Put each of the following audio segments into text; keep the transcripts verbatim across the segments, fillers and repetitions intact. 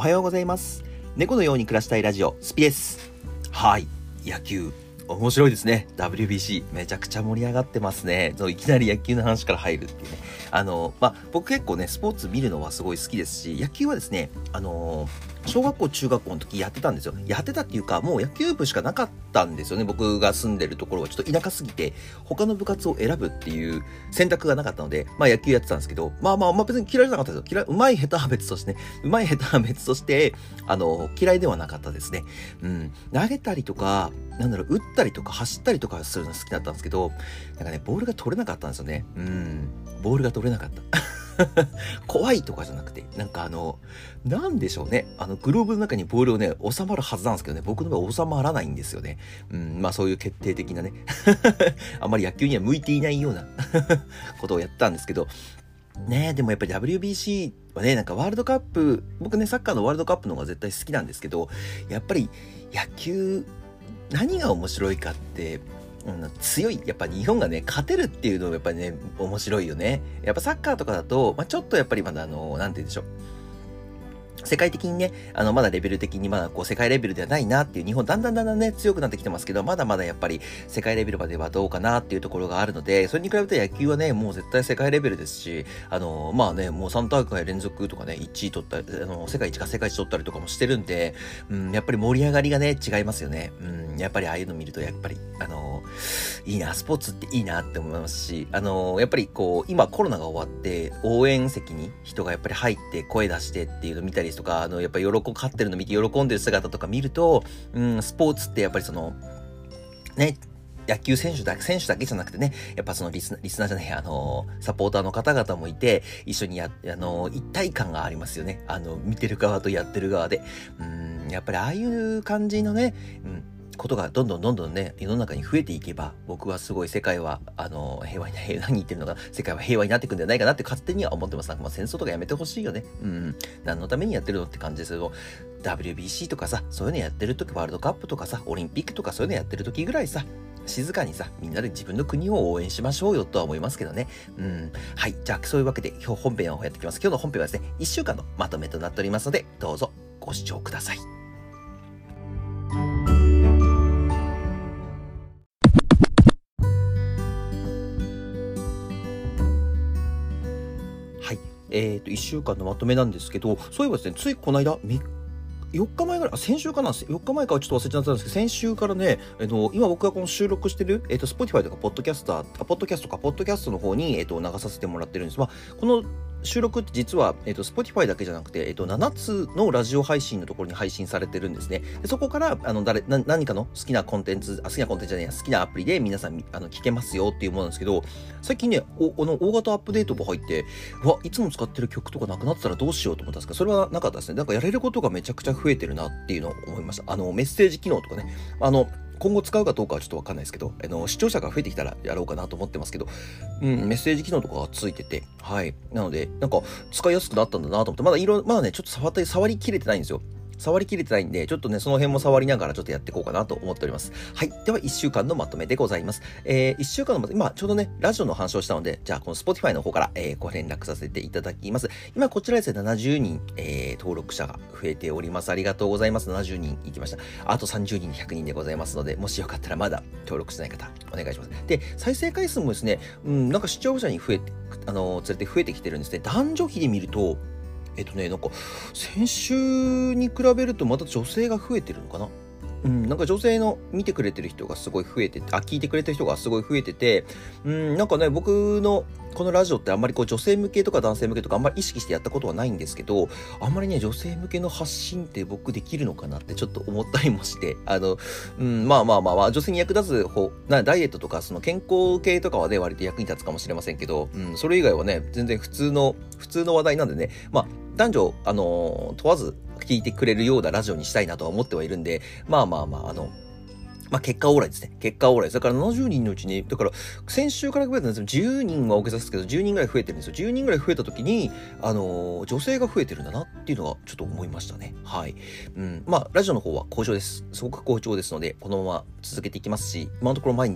はようございます。猫のように暮らしたいラジオスピです。はい、野球面白いですね。 ダブリュービーシー めちゃくちゃ盛り上がってますね。そういきなり野球の話から入るっていうね。あのまあ僕結構ねスポーツ見るのはすごい好きですし、野球はですねあの小学校中学校の時やってたんですよ。やってたっていうかもう野球部しかなかったんですよね。僕が住んでるところはちょっと田舎すぎて他の部活を選ぶっていう選択がなかったので、まあ野球やってたんですけど、まあまあまあ別に嫌いじゃなかったですよ。嫌い、うまい下手は別としてね、うまい下手は別としてあの嫌いではなかったですね。うん、投げたりとかなんだろう打ったりとか走ったりとかするの好きだったんですけど、なんかねボールが取れなかったんですよね。うん、ボールが取れなかった。怖いとかじゃなくて、なんかあのなんでしょうね、あのグローブの中にボールをね収まるはずなんですけどね、僕の場合収まらないんですよね。うん、まあそういう決定的なねあんまり野球には向いていないようなことをやったんですけどね。でもやっぱり ダブリュービーシー はね、なんかワールドカップ、僕ねサッカーのワールドカップの方が絶対好きなんですけど、やっぱり野球何が面白いかって、うん、強いやっぱ日本がね勝てるっていうのがやっぱりね面白いよね。やっぱサッカーとかだと、まあ、ちょっとやっぱりまだあのなんて言うんでしょう、世界的にね、あの、まだレベル的にまだこう世界レベルではないなっていう、日本だんだんだんだんね、強くなってきてますけど、まだまだやっぱり世界レベルまではどうかなっていうところがあるので、それに比べて野球はね、もう絶対世界レベルですし、あの、まあね、もうさん大会連続とかね、いちい取ったり、あの、世界一か世界一取ったりとかもしてるんで、うん、やっぱり盛り上がりがね、違いますよね。うん、やっぱりああいうの見ると、やっぱり、あの、いいな、スポーツっていいなって思いますし、あの、やっぱりこう、今コロナが終わって、応援席に人がやっぱり入って声出してっていうのを見たりとか、あの、やっぱり喜勝ってるの見て喜んでる姿とか見ると、うん、スポーツってやっぱりそのね、野球選手だけ、選手だけじゃなくてね、やっぱそのリスナー、リスナーじゃない、あのー、サポーターの方々もいて、一緒にや、あのー、一体感がありますよね。あの、見てる側とやってる側で。うん、やっぱりああいう感じのね、うん、ことがどんどんどんどんね、世の中に増えていけば、僕はすごい世界は、あの、平和にな、何言ってるのかな、世界は平和になっていくんじゃないかなって勝手には思ってます。なんかまあ戦争とかやめてほしいよね。うん。何のためにやってるのって感じですけど、ダブリュービーシー とかさ、そういうのやってる時、ワールドカップとかさ、オリンピックとかそういうのやってる時ぐらいさ、静かにさ、みんなで自分の国を応援しましょうよとは思いますけどね。うん。はい。じゃあ、そういうわけで、今日本編をやっていきます。今日の本編はですね、いっしゅうかんのまとめとなっておりますので、どうぞご視聴ください。はい。えっと、いっしゅうかんのまとめなんですけど、そういえばですね、ついこの間、よっかまえぐらい、あ、先週かな、よっかまえかはちょっと忘れちゃったんですけど、先週からね、えっと、今僕がこの収録してる、えっと、Spotify とか、ポッドキャスター、あ、ポッドキャストか、ポッドキャストの方に、えっと、流させてもらってるんです。まあ、この収録って実は、えっと、Spotify だけじゃなくて、えっと、ななつのラジオ配信のところに配信されてるんですね。でそこから、あの、誰、な、何かの好きなコンテンツ、あ、好きなコンテンツじゃないや、好きなアプリで皆さん、あの、聞けますよっていうものなんですけど、最近ね、お、この大型アップデートが入って、うわ、いつも使ってる曲とかなくなってたらどうしようと思ったんですけど、それはなかったですね。なんかやれることがめちゃくちゃ増えてるなっていうのを思いました。あの、メッセージ機能とかね、あの、今後使うかどうかはちょっとわかんないですけど、あの、視聴者が増えてきたらやろうかなと思ってますけど、うん、メッセージ機能とかがついてて、はい。なので、なんか、使いやすくなったんだなと思って、まだいろ、まだね、ちょっと触って、触りきれてないんですよ。触りきれてないんで、ちょっとね、その辺も触りながらちょっとやっていこうかなと思っております。はい。では、いっしゅうかんのまとめでございます。えー、いっしゅうかんのまとめ、今、ちょうどね、ラジオの話をしたので、じゃあ、この Spotify の方から、えー、ご連絡させていただきます。今、こちらですね、ななじゅうにん、えー、登録者が増えております。ありがとうございます。ななじゅうにんいきました。あとさんじゅうにん、ひゃくにんでございますので、もしよかったらまだ登録してない方、お願いします。で、再生回数もですね、うん、なんか視聴者に増えて、あの、連れて増えてきてるんですね。男女比で見ると、えっとね、なんか、先週に比べるとまた女性が増えてるのかな。うん、なんか女性の見てくれてる人がすごい増えてて、あ、聞いてくれてる人がすごい増えてて、うん、なんかね、僕のこのラジオってあんまりこう女性向けとか男性向けとかあんまり意識してやったことはないんですけど、あんまりね、女性向けの発信って僕できるのかなってちょっと思ったりもして、あの、うん、まあまあまあまあ、女性に役立つ方、なダイエットとかその健康系とかはね、割と役に立つかもしれませんけど、うん、それ以外はね、全然普通の、普通の話題なんでね、まあ、男女、あのー、問わず聞いてくれるようなラジオにしたいなとは思ってはいるんで、まあまあまあ、あの、まあ結果オーライですね。結果オーライです。だからななじゅうにんのうちに、だから先週から比べたらじゅうにんは大げさですけど、じゅうにんぐらい増えてるんですよ。じゅうにんぐらい増えた時に、あのー、女性が増えてるんだなっていうのがちょっと思いましたね。はい。うん。まあ、ラジオの方は好調です。すごく好調ですので、このまま続けていきますし、今のところ毎日ね、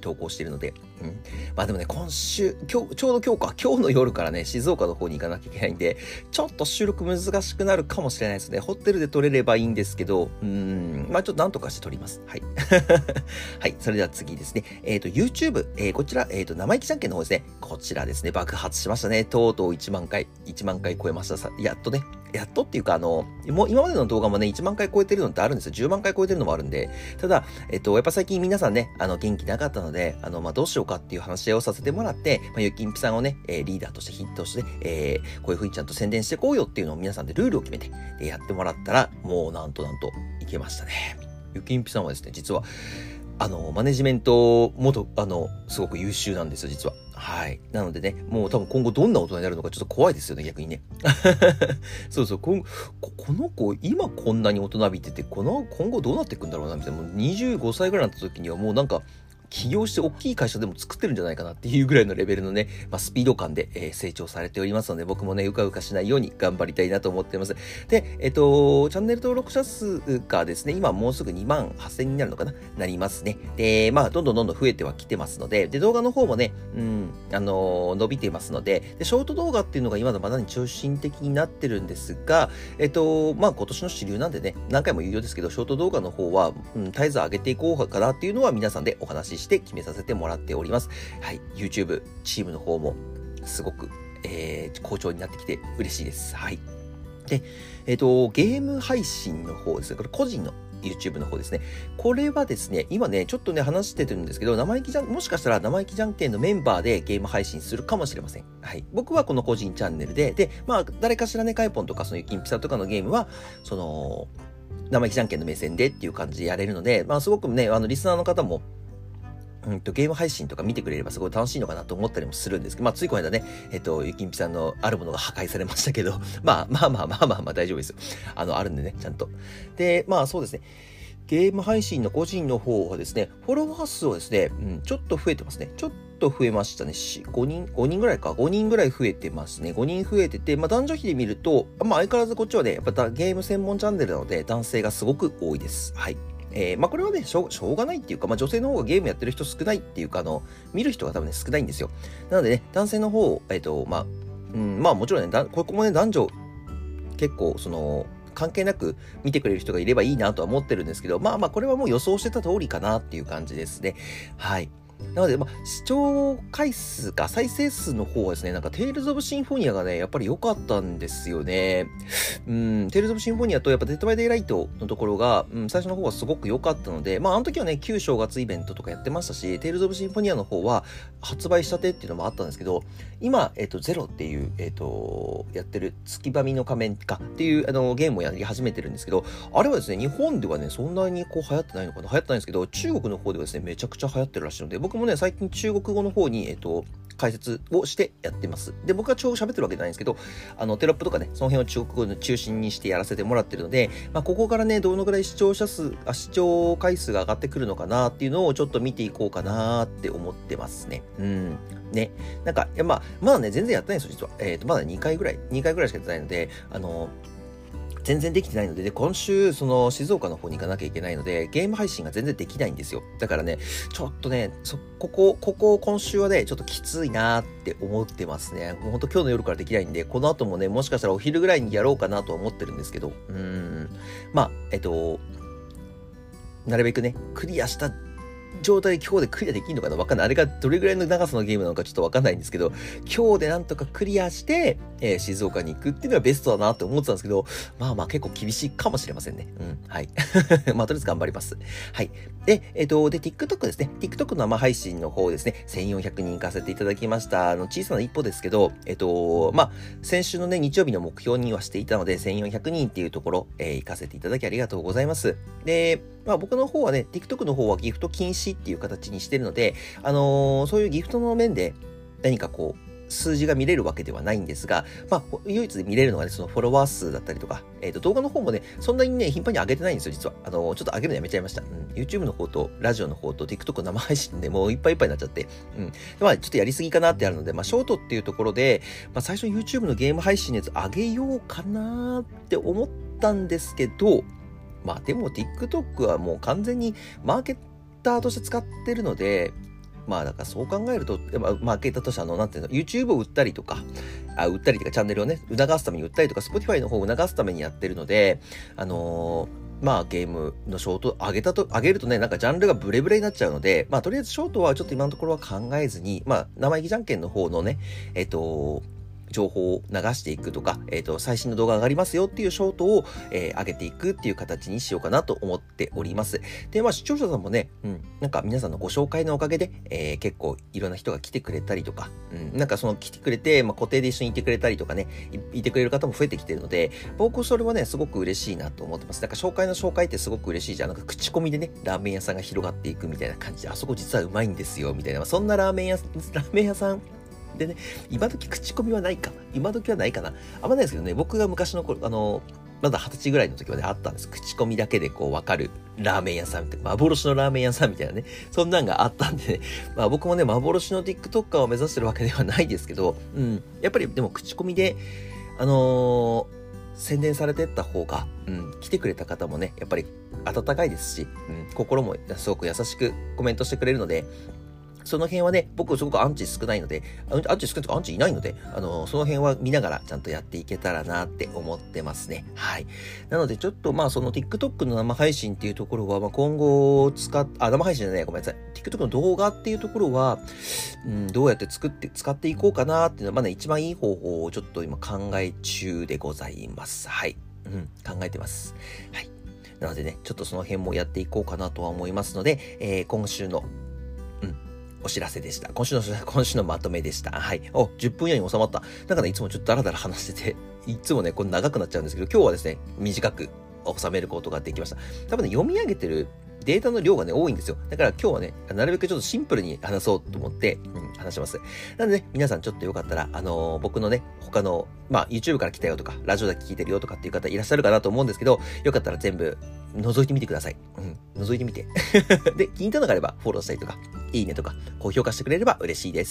投稿しているので、うん。まあでもね、今週、今日、ちょうど今日か、今日の夜からね、静岡の方に行かなきゃいけないんで、ちょっと収録難しくなるかもしれないですね。ホテルで撮れればいいんですけど、うーん、まあちょっとなんとかして撮ります。はい。はい、それでは次ですね。えっ、ー、と、YouTube、えー、こちら、えっ、ー、と、生意気じゃんけんの方ですね。こちらですね、爆発しましたね。とうとういちまんかい、いちまんかい超えました。さやっとね。やっとっていうか、あの、もう今までの動画もね、いちまんかい超えてるのってあるんですよ。じゅうまんかい超えてるのもあるんで。ただ、えっと、やっぱ最近皆さんね、あの、元気なかったので、あの、まあ、どうしようかっていう話し合いをさせてもらって、まあ、ゆきんぴさんをね、えー、リーダーとしてヒットして、えー、こういうふうにちゃんと宣伝していこうよっていうのを皆さんでルールを決めて、で、やってもらったら、もうなんとなんといけましたね。ゆきんぴさんはですね、実は、あの、マネジメント元、あの、すごく優秀なんですよ、実は。はい。なのでね、もう多分今後どんな大人になるのかちょっと怖いですよね、逆にね。そうそう、ここの子、今こんなに大人びてて、この、今後どうなっていくんだろうな、みたいな。もうにじゅうごさいぐらいになった時にはもうなんか、起業して大きい会社でも作ってるんじゃないかなっていうぐらいのレベルのね、まあ、スピード感で、えー、成長されておりますので、僕もね、うかうかしないように頑張りたいなと思っています。で、えっと、チャンネル登録者数がですね、今もうすぐにまんはっせんにんになるのかななりますね。で、まあ、どんどんどんどん増えてはきてますので、で、動画の方もね、うん、あのー、伸びてますので、で、ショート動画っていうのが今のまだに中心的になってるんですが、えっと、まあ、今年の主流なんでね、何回も言うようですけど、ショート動画の方は、うん、絶えず上げていこうかなっていうのは皆さんでお話しして決めさせてもらっております。はい、YouTube チームの方もすごく、えー、好調になってきて嬉しいです。はい。で、えっと、ゲーム配信の方ですね。これ個人の YouTube の方ですね。これはですね、今ね、ちょっとね、話してるんですけど、生意気じゃん、もしかしたら生意気じゃんけんのメンバーでゲーム配信するかもしれません。はい。僕はこの個人チャンネルで、で、まあ、誰かしらね、カイポンとか、そのゆきんぴさんとかのゲームは、その、生意気じゃんけんの目線でっていう感じでやれるので、まあ、すごくね、あの、リスナーの方も、うんと、ゲーム配信とか見てくれればすごい楽しいのかなと思ったりもするんですけど、まあ、ついこの間ね、えっと、ゆきんぴさんのあるものが破壊されましたけど、まあ、まあまあまあまあまあ大丈夫ですよ。あの、あるんでね、ちゃんと。で、まあそうですね。ゲーム配信の個人の方はですね、フォロワー数はですね、うん、ちょっと増えてますね。ちょっと増えましたね。ごにん、ごにんぐらいか。ごにんぐらい増えてますね。ごにん増えてて、まあ男女比で見ると、まあ相変わらずこっちはね、やっぱゲーム専門チャンネルなので男性がすごく多いです。はい。えー、まあこれはねしょう、しょうがないっていうか、まあ女性の方がゲームやってる人少ないっていうか、あの、見る人が多分ね少ないんですよ。なのでね、男性の方、えっと、まあ、うん、まあもちろんね、ここもね、男女、結構、その、関係なく見てくれる人がいればいいなとは思ってるんですけど、まあまあこれはもう予想してた通りかなっていう感じですね。はい。なので、まあ、視聴回数か、再生数の方はですね、なんか、テイルズ・オブ・シンフォニアがね、やっぱり良かったんですよね。うん、テイルズ・オブ・シンフォニアと、やっぱ、デッド・バイ・デイ・ライトのところが、うん、最初の方はすごく良かったので、まあ、あの時はね、旧正月イベントとかやってましたし、テイルズ・オブ・シンフォニアの方は、発売したてっていうのもあったんですけど、今、えっと、ゼロっていう、えっと、やってる、月ばみの仮面かっていう、あの、ゲームをやり始めてるんですけど、あれはですね、日本ではね、そんなにこう、流行ってないのかな流行ってないんですけど、中国の方ではですね、めちゃくちゃ流行ってるらしいので、僕もね、最近中国語の方に、えっと、解説をしてやってます。で、僕は超喋ってるわけじゃないんですけど、あの、テロップとかね、その辺を中国語の中心にしてやらせてもらってるので、まあ、ここからね、どのぐらい視聴者数、あ、視聴回数が上がってくるのかなっていうのをちょっと見ていこうかなって思ってますね。うん。ね。なんか、いや、まあ、まだね、全然やってないんですよ、実は。えっと、まだにかいぐらい、にかいぐらいしかやってないので、あの、全然できてないので、で、今週、その、静岡の方に行かなきゃいけないので、ゲーム配信が全然できないんですよ。だからね、ちょっとね、そ、ここ、ここ、今週はね、ちょっときついなーって思ってますね。もうほんと今日の夜からできないんで、この後もね、もしかしたらお昼ぐらいにやろうかなとは思ってるんですけど、うーん。まあ、えっと、なるべくね、クリアした状態で今日でクリアできるのかなわかんない。あれがどれぐらいの長さのゲームなのかちょっとわかんないんですけど、今日でなんとかクリアして、えー、静岡に行くっていうのがベストだなって思ってたんですけど、まあまあ結構厳しいかもしれませんね。うん。はい。まあとりあえず頑張ります。はい。で、えっと、で、TikTok ですね。TikTok の生配信の方ですね。せんよんひゃくにん行かせていただきました。あの、小さな一歩ですけど、えっと、まあ、先週のね、日曜日の目標にはしていたので、せんよんひゃくにんっていうところ、えー、行かせていただきありがとうございます。で、まあ僕の方はね、TikTok の方はギフト禁止っていう形にしてるので、あのー、そういうギフトの面で何かこう、数字が見れるわけではないんですが、まあ、唯一で見れるのがね、そのフォロワー数だったりとか、えっと、動画の方もね、そんなにね、頻繁に上げてないんですよ、実は。あのー、ちょっと上げるのやめちゃいました。うん。YouTube の方と、ラジオの方と、TikTok 生配信でもういっぱいいっぱいになっちゃって、うん。まあ、ちょっとやりすぎかなってあるので、まあ、ショートっていうところで、まあ、最初 YouTube のゲーム配信のやつ上げようかなって思ったんですけど、まあでも TikTok はもう完全にマーケッターとして使ってるので、 まあだからそう考えると、まあ、マーケーターとしてあの、なんていうの、YouTube を売ったりとか、あ、売ったりとかチャンネルをね、促すために売ったりとか、Spotify の方を促すためにやってるので、あのーまあゲームのショート上げたと、上げるとね、なんかジャンルがブレブレになっちゃうので、まあとりあえずショートはちょっと今のところは考えずに、まあ生意気じゃんけんの方のね、えっと、情報を流していくとか、えっと、最新の動画上がりますよっていうショートを、えー、上げていくっていう形にしようかなと思っております。で、まあ視聴者さんもね、うん、なんか皆さんのご紹介のおかげで、えー、結構いろんな人が来てくれたりとか、うん、なんかその来てくれて、まあ固定で一緒にいてくれたりとかね、い、いてくれる方も増えてきてるので、僕それはね、すごく嬉しいなと思ってます。なんか紹介の紹介ってすごく嬉しいじゃん。なんか口コミでね、ラーメン屋さんが広がっていくみたいな感じで、あそこ実はうまいんですよ、みたいな。そんなラーメン屋、ラーメン屋さん、でね、今時口コミはないか。今時はないかな。あんまないですけどね、僕が昔の頃、あの、まだはたちぐらいの時はね、あったんです。口コミだけでこうわかるラーメン屋さんって、幻のラーメン屋さんみたいなね、そんなんがあったんでね、まあ僕もね、幻の TikToker を目指してるわけではないですけど、うん、やっぱりでも口コミで、あのー、宣伝されてった方が、うん、来てくれた方もね、やっぱり温かいですし、うん、心もすごく優しくコメントしてくれるので、その辺はね、僕すごくアンチ少ないので、アンチ少ないとかアンチいないので、あの、その辺は見ながらちゃんとやっていけたらなって思ってますね。はい。なのでちょっとまあその TikTok の生配信っていうところは、まあ今後使っ、あ、生配信じゃない、ごめんなさい。TikTok の動画っていうところは、うん、どうやって作って、使っていこうかなっていうのは、まだ一番いい方法をちょっと今考え中でございます。はい。うん、考えてます。はい。なのでね、ちょっとその辺もやっていこうかなとは思いますので、えー、今週の、お知らせでした。今週の、今週のまとめでした。はい。お、じゅっぷん以内に収まった。だからいつもちょっとダラダラ話してて、いつもね、これ長くなっちゃうんですけど、今日はですね、短く収めることができました。多分ね、読み上げてるデータの量がね、多いんですよ。だから今日はね、なるべくちょっとシンプルに話そうと思って、うん、話します。なので、ね、皆さんちょっとよかったら、あのー、僕のね、他の、まあ、YouTube から来たよとか、ラジオだけ聞いてるよとかっていう方いらっしゃるかなと思うんですけど、よかったら全部、覗いてみてください。うん、覗いてみて。で、気に入ったのがあれば、フォローしたりとか、いいねとか、高評価してくれれば嬉しいです。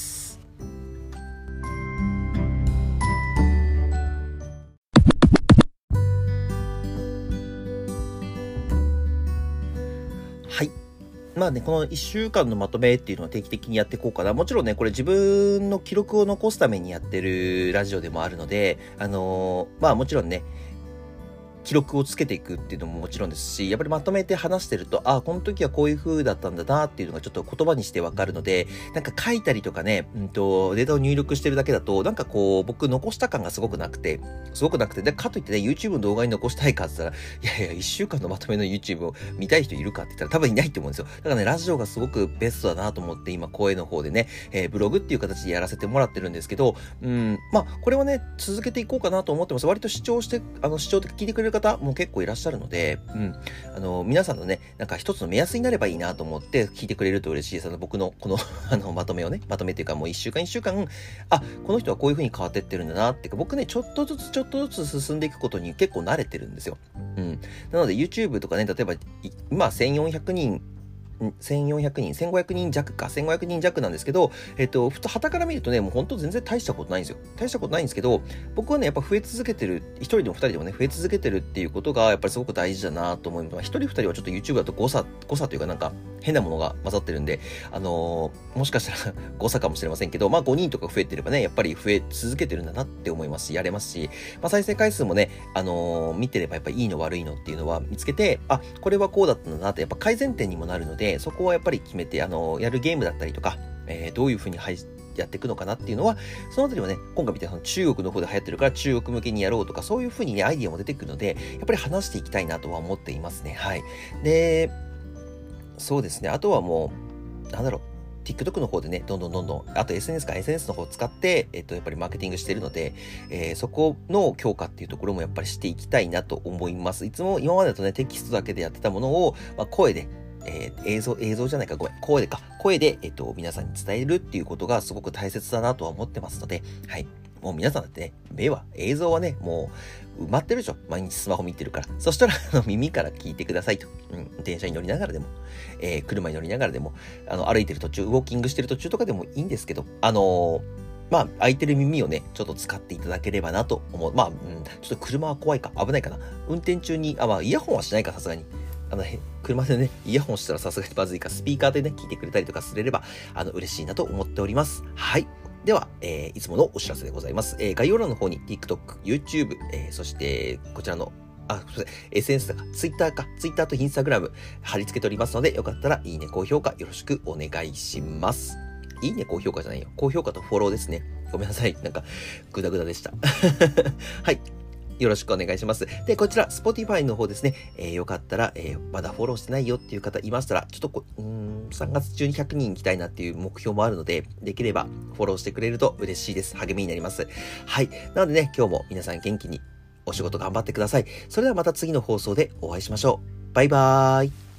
はい。まあね、このいっしゅうかんのまとめっていうのは定期的にやっていこうかな。もちろんね、これ自分の記録を残すためにやってるラジオでもあるので、あのー、まあもちろんね、記録をつけていくっていうのももちろんですし、やっぱりまとめて話してると、あ、この時はこういう風だったんだなっていうのがちょっと言葉にしてわかるので、なんか書いたりとかね、うんと、データを入力してるだけだと、なんかこう、僕残した感がすごくなくて、すごくなくて、で、かといってね、YouTube の動画に残したいかって言ったら、いやいや、いっしゅうかんのまとめの YouTube を見たい人いるかって言ったら多分いないと思うんですよ。だからね、ラジオがすごくベストだなと思って、今、声の方でね、えー、ブログっていう形でやらせてもらってるんですけど、うん、まあ、これはね、続けていこうかなと思ってます。割と視聴して、あの、視聴的聞いてくれる方も結構いらっしゃるので、うん。あの、皆さんのね、なんか一つの目安になればいいなと思って聞いてくれると嬉しいです。あの、僕のこのあの、まとめをね、まとめっていうかもう一週間一週間、あ、この人はこういう風に変わってってるんだなっていうか、僕ね、ちょっとずつちょっとずつ進んでいくことに結構慣れてるんですよ。うん。なので YouTube とかね、例えば、今せんよんひゃくにん、せんよんひゃくにん、せんごひゃくにん弱か、せんごひゃくにん弱なんですけど、えっと、ふと、旗から見るとね、もう本当全然大したことないんですよ。大したことないんですけど、僕はね、やっぱ増え続けてる、一人でも二人でもね、増え続けてるっていうことが、やっぱりすごく大事だなと思います。まあ、一人二人はちょっと YouTube だと誤差、誤差というかなんか、変なものが混ざってるんで、あのー、もしかしたら誤差かもしれませんけど、まあごにんとか増えてればね、やっぱり増え続けてるんだなって思いますし、やれますし、まあ再生回数もね、あのー、見てればやっぱりいいの悪いのっていうのは見つけて、あ、これはこうだったんだなって、やっぱ改善点にもなるので、そこはやっぱり決めて、あのー、やるゲームだったりとか、えー、どういうふうに配やっていくのかなっていうのは、そのあたりはね、今回みたいな中国の方で流行ってるから中国向けにやろうとか、そういうふうにね、アイディアも出てくるので、やっぱり話していきたいなとは思っていますね。はい。で、そうですね。あとはもう、なんだろう。TikTok の方でね、どんどんどんどん、あと エスエヌエス か、エスエヌエス の方を使って、えっと、やっぱりマーケティングしているので、えー、そこの強化っていうところもやっぱりしていきたいなと思います。いつも今までだとね、テキストだけでやってたものを、まあ、声で、えー、映像、映像じゃないか、ごめん、声でか、声で、えっと、皆さんに伝えるっていうことがすごく大切だなとは思ってますので、はい。もう皆さんだってね、目は、映像はね、もう埋まってるでしょ。毎日スマホ見てるから。そしたら、あの、耳から聞いてくださいと。うん。電車に乗りながらでも、えー、車に乗りながらでも、あの、歩いてる途中、ウォーキングしてる途中とかでもいいんですけど、あのー、まあ、空いてる耳をね、ちょっと使っていただければなと思う。まあ、うん、ちょっと車は怖いか、危ないかな。運転中に、あ、まあ、イヤホンはしないか、さすがに。 あの、車でね、イヤホンしたらさすがにまずいか、スピーカーでね、聞いてくれたりとかすれれば、あの、嬉しいなと思っております。はい。では、えー、いつものお知らせでございます。えー、概要欄の方に TikTok、YouTube、えー、そしてこちらのあ、すみません。エスエヌエス だか、Twitter か、Twitter と Instagram 貼り付けておりますので、よかったらいいね、高評価よろしくお願いします。いいね、高評価じゃないよ。高評価とフォローですね。ごめんなさい。なんか、グダグダでした。はい。よろしくお願いします。で、こちら、Spotify の方ですね。えー、よかったら、えー、まだフォローしてないよっていう方いましたら、ちょっとこう、うーん、さんがつ中にひゃくにん行きたいなっていう目標もあるので、できればフォローしてくれると嬉しいです。励みになります。はい。なのでね、今日も皆さん元気にお仕事頑張ってください。それではまた次の放送でお会いしましょう。バイバーイ。